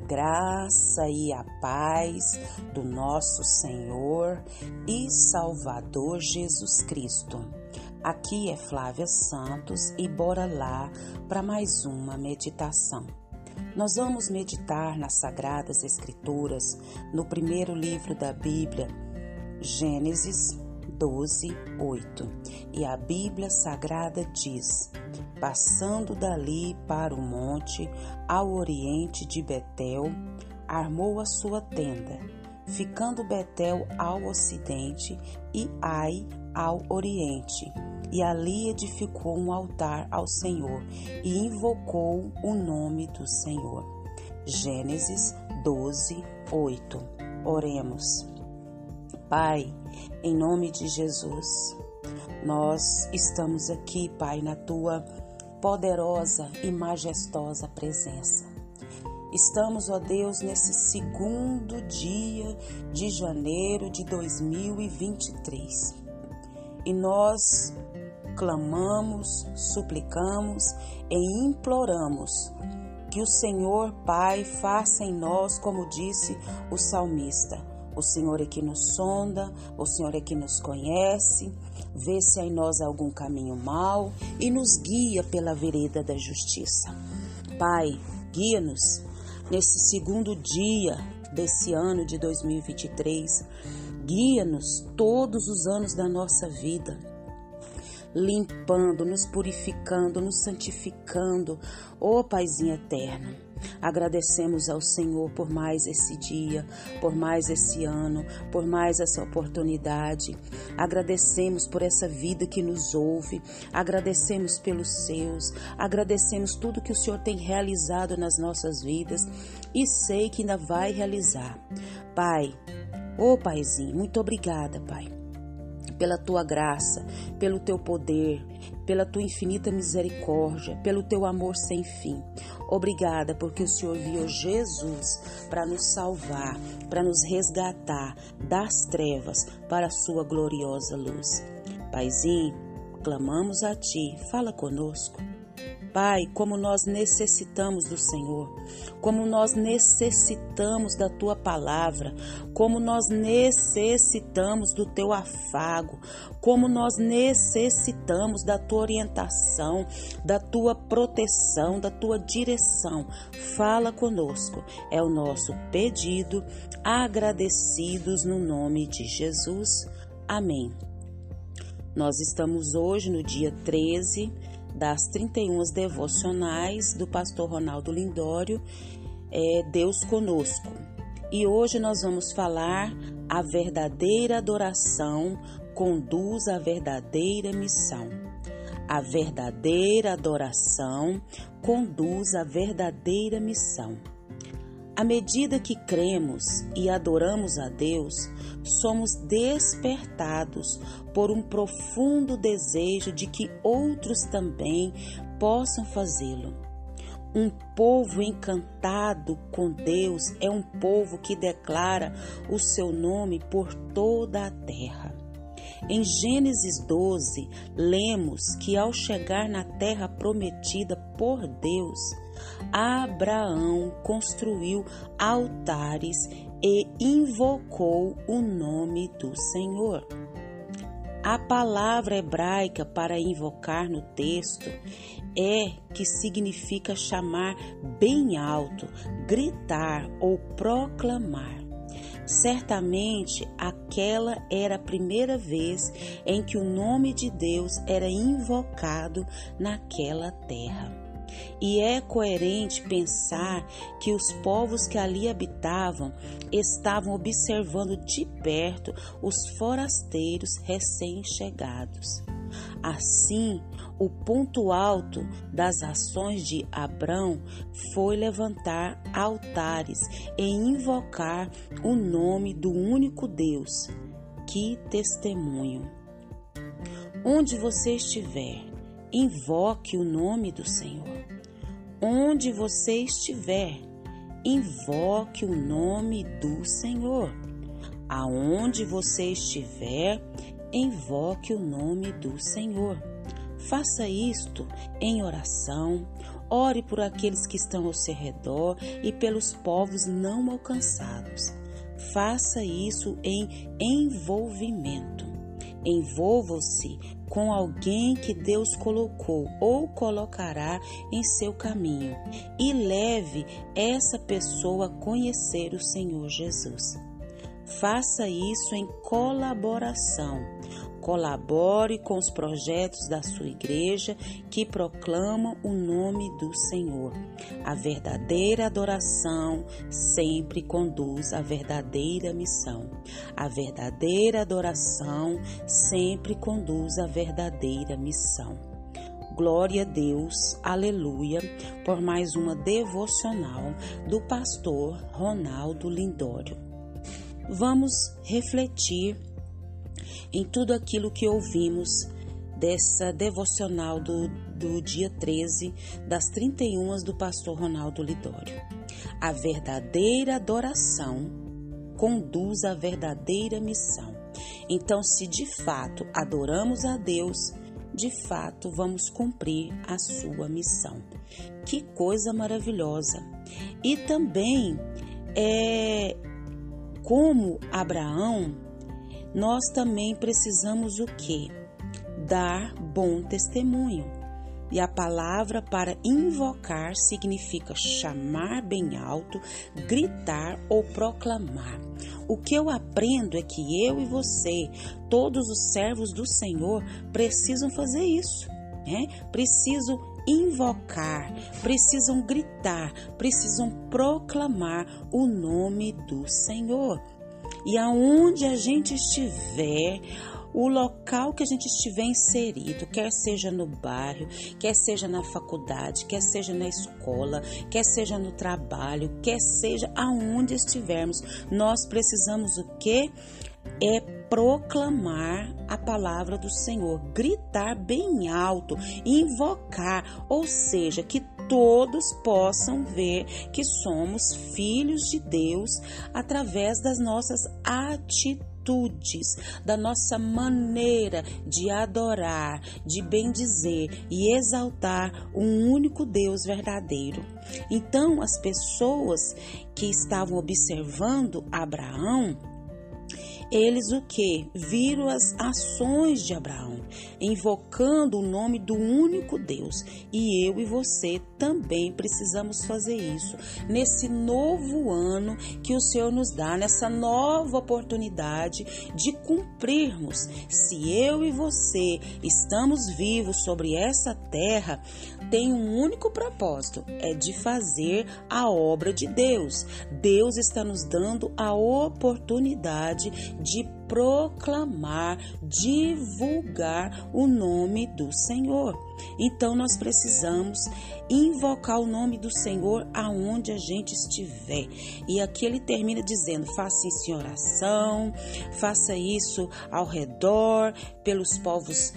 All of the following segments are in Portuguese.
graça e a paz do nosso Senhor e Salvador Jesus Cristo. Aqui é Flávia Santos e bora lá para mais uma meditação. Nós vamos meditar nas Sagradas Escrituras, no primeiro livro da Bíblia, Gênesis 12:8. E a Bíblia Sagrada diz: passando dali para o monte, ao oriente de Betel, armou a sua tenda, ficando Betel ao ocidente e Ai ao oriente. E ali edificou um altar ao Senhor e invocou o nome do Senhor. Gênesis 12:8. Oremos. Pai, em nome de Jesus, nós estamos aqui, Pai, na Tua poderosa e majestosa presença. Estamos, ó Deus, nesse segundo dia de janeiro de 2023. E nós clamamos, suplicamos e imploramos que o Senhor, Pai, faça em nós, como disse o salmista. O Senhor é que nos sonda, o Senhor é que nos conhece, vê se há em nós algum caminho mau e nos guia pela vereda da justiça. Pai, guia-nos nesse segundo dia desse ano de 2023, guia-nos todos os anos da nossa vida, limpando, nos purificando, nos santificando, ó Paizinho eterno. Agradecemos ao Senhor por mais esse dia, por mais esse ano, por mais essa oportunidade. Agradecemos por essa vida que nos ouve, agradecemos pelos seus, agradecemos tudo que o Senhor tem realizado nas nossas vidas e sei que ainda vai realizar. Pai, ô Paizinho, muito obrigada, Pai, pela Tua graça, pelo Teu poder, pela Tua infinita misericórdia, pelo Teu amor sem fim. Obrigada porque o Senhor enviou Jesus para nos salvar, para nos resgatar das trevas para a Sua gloriosa luz. Paizinho, clamamos a Ti, fala conosco. Pai, como nós necessitamos do Senhor, como nós necessitamos da Tua palavra, como nós necessitamos do Teu afago, como nós necessitamos da Tua orientação, da Tua proteção, da Tua direção. Fala conosco, é o nosso pedido, agradecidos no nome de Jesus. Amém. Nós estamos hoje no dia 13 das 31 devocionais do pastor Ronaldo Lindório, Deus conosco. E hoje nós vamos falar: a verdadeira adoração conduz à verdadeira missão. A verdadeira adoração conduz à verdadeira missão. À medida que cremos e adoramos a Deus, somos despertados por um profundo desejo de que outros também possam fazê-lo. Um povo encantado com Deus é um povo que declara o seu nome por toda a terra. Em Gênesis 12, lemos que ao chegar na terra prometida por Deus, Abraão construiu altares e invocou o nome do Senhor. A palavra hebraica para invocar no texto que significa chamar bem alto, gritar ou proclamar. Certamente aquela era a primeira vez em que o nome de Deus era invocado naquela terra. E é coerente pensar que os povos que ali habitavam estavam observando de perto os forasteiros recém-chegados. Assim, o ponto alto das ações de Abrão foi levantar altares e invocar o nome do único Deus. Que testemunho! Onde você estiver, invoque o nome do Senhor. Onde você estiver, invoque o nome do Senhor. Aonde você estiver, invoque o nome do Senhor. Faça isto em oração. Ore por aqueles que estão ao seu redor e pelos povos não alcançados. Faça isso em envolvimento. Envolva-se com alguém que Deus colocou ou colocará em seu caminho e leve essa pessoa a conhecer o Senhor Jesus. Faça isso em colaboração. Colabore com os projetos da sua igreja que proclamam o nome do Senhor. A verdadeira adoração sempre conduz à verdadeira missão. A verdadeira adoração sempre conduz à verdadeira missão. Glória a Deus, aleluia, por mais uma devocional do pastor Ronaldo Lindório. Vamos refletir em tudo aquilo que ouvimos dessa devocional do dia 13 das 31 do pastor Ronaldo Lindório. A verdadeira adoração conduz à verdadeira missão. Então, se de fato adoramos a Deus, de fato vamos cumprir a sua missão. Que coisa maravilhosa! E também, como Abraão, nós também precisamos o quê? Dar bom testemunho. E a palavra para invocar significa chamar bem alto, gritar ou proclamar. O que eu aprendo é que eu e você, todos os servos do Senhor, precisam fazer isso, né? Precisam invocar, precisam gritar, precisam proclamar o nome do Senhor. E aonde a gente estiver, o local que a gente estiver inserido, quer seja no bairro, quer seja na faculdade, quer seja na escola, quer seja no trabalho, quer seja aonde estivermos, nós precisamos o quê? É proclamar a palavra do Senhor, gritar bem alto, invocar, ou seja, que todos possam ver que somos filhos de Deus através das nossas atitudes, da nossa maneira de adorar, de bendizer e exaltar um único Deus verdadeiro. Então, as pessoas que estavam observando Abraão, eles o que? Viram as ações de Abraão, invocando o nome do único Deus. E eu e você também precisamos fazer isso nesse novo ano que o Senhor nos dá, nessa nova oportunidade de cumprirmos. Se eu e você estamos vivos sobre essa terra, tem um único propósito, é de fazer a obra de Deus. Deus está nos dando a oportunidade de proclamar, divulgar o nome do Senhor. Então nós precisamos invocar o nome do Senhor aonde a gente estiver. E aqui ele termina dizendo: faça isso em oração, faça isso ao redor, pelos povos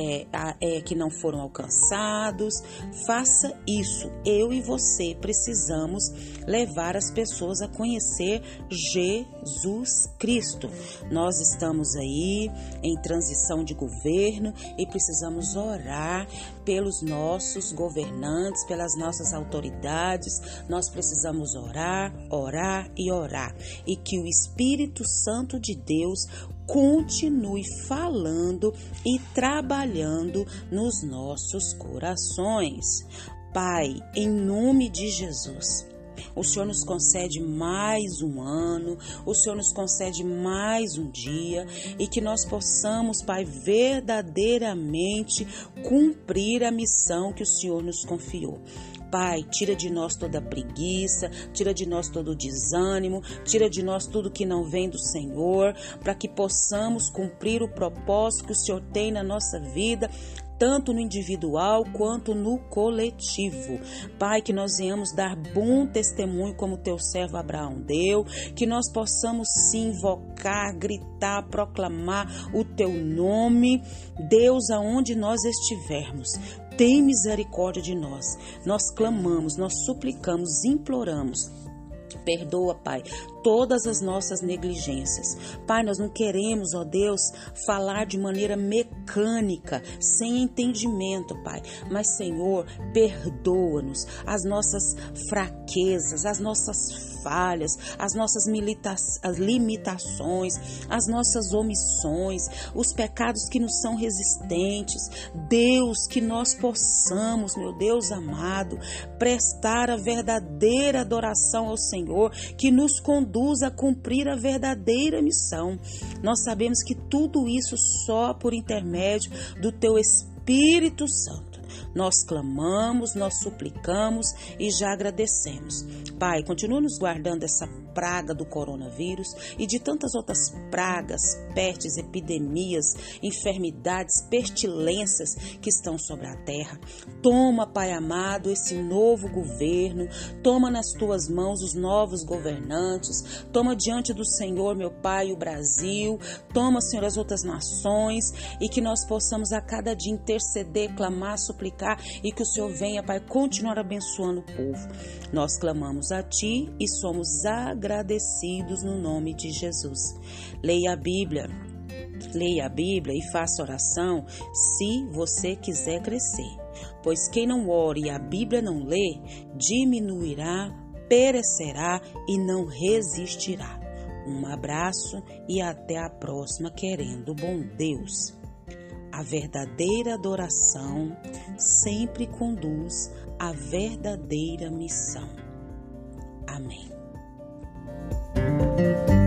que não foram alcançados. Faça isso. Eu e você precisamos levar as pessoas a conhecer Jesus Cristo. Nós estamos aí em transição de governo e precisamos orar pelos nossos governantes, pelas nossas autoridades. Nós precisamos orar, orar e orar. E que o Espírito Santo de Deus continue falando e trabalhando nos nossos corações. Pai, em nome de Jesus, o Senhor nos concede mais um ano, o Senhor nos concede mais um dia e que nós possamos, Pai, verdadeiramente cumprir a missão que o Senhor nos confiou. Pai, tira de nós toda preguiça, tira de nós todo desânimo, tira de nós tudo que não vem do Senhor, para que possamos cumprir o propósito que o Senhor tem na nossa vida, tanto no individual quanto no coletivo. Pai, que nós venhamos dar bom testemunho como teu servo Abraão deu, que nós possamos sim invocar, gritar, proclamar o teu nome, Deus, aonde nós estivermos. Tem misericórdia de nós. Nós clamamos, nós suplicamos, imploramos. Perdoa, Pai, todas as nossas negligências. Pai, nós não queremos, ó Deus, falar de maneira mecânica, sem entendimento, Pai. Mas, Senhor, perdoa-nos as nossas fraquezas, as nossas falhas, as nossas limitações, as nossas omissões, os pecados que nos são resistentes. Deus, que nós possamos, meu Deus amado, prestar a verdadeira adoração ao Senhor, que nos conduz a cumprir a verdadeira missão. Nós sabemos que tudo isso só por intermédio do Teu Espírito Santo. Nós clamamos, nós suplicamos e já agradecemos. Pai, continua nos guardando dessa praga do coronavírus e de tantas outras pragas, pestes, epidemias, enfermidades, pestilências que estão sobre a terra. Toma, Pai amado, esse novo governo, toma nas Tuas mãos os novos governantes, toma diante do Senhor, meu Pai, o Brasil, toma, Senhor, as outras nações, e que nós possamos a cada dia interceder, clamar, suplicar, e que o Senhor venha, Pai, continuar abençoando o povo. Nós clamamos a Ti e somos agradecidos no nome de Jesus. Leia a Bíblia e faça oração se você quiser crescer. Pois quem não ore e a Bíblia não lê, diminuirá, perecerá e não resistirá. Um abraço e até a próxima, querendo bom Deus. A verdadeira adoração sempre conduz à verdadeira missão. Amém.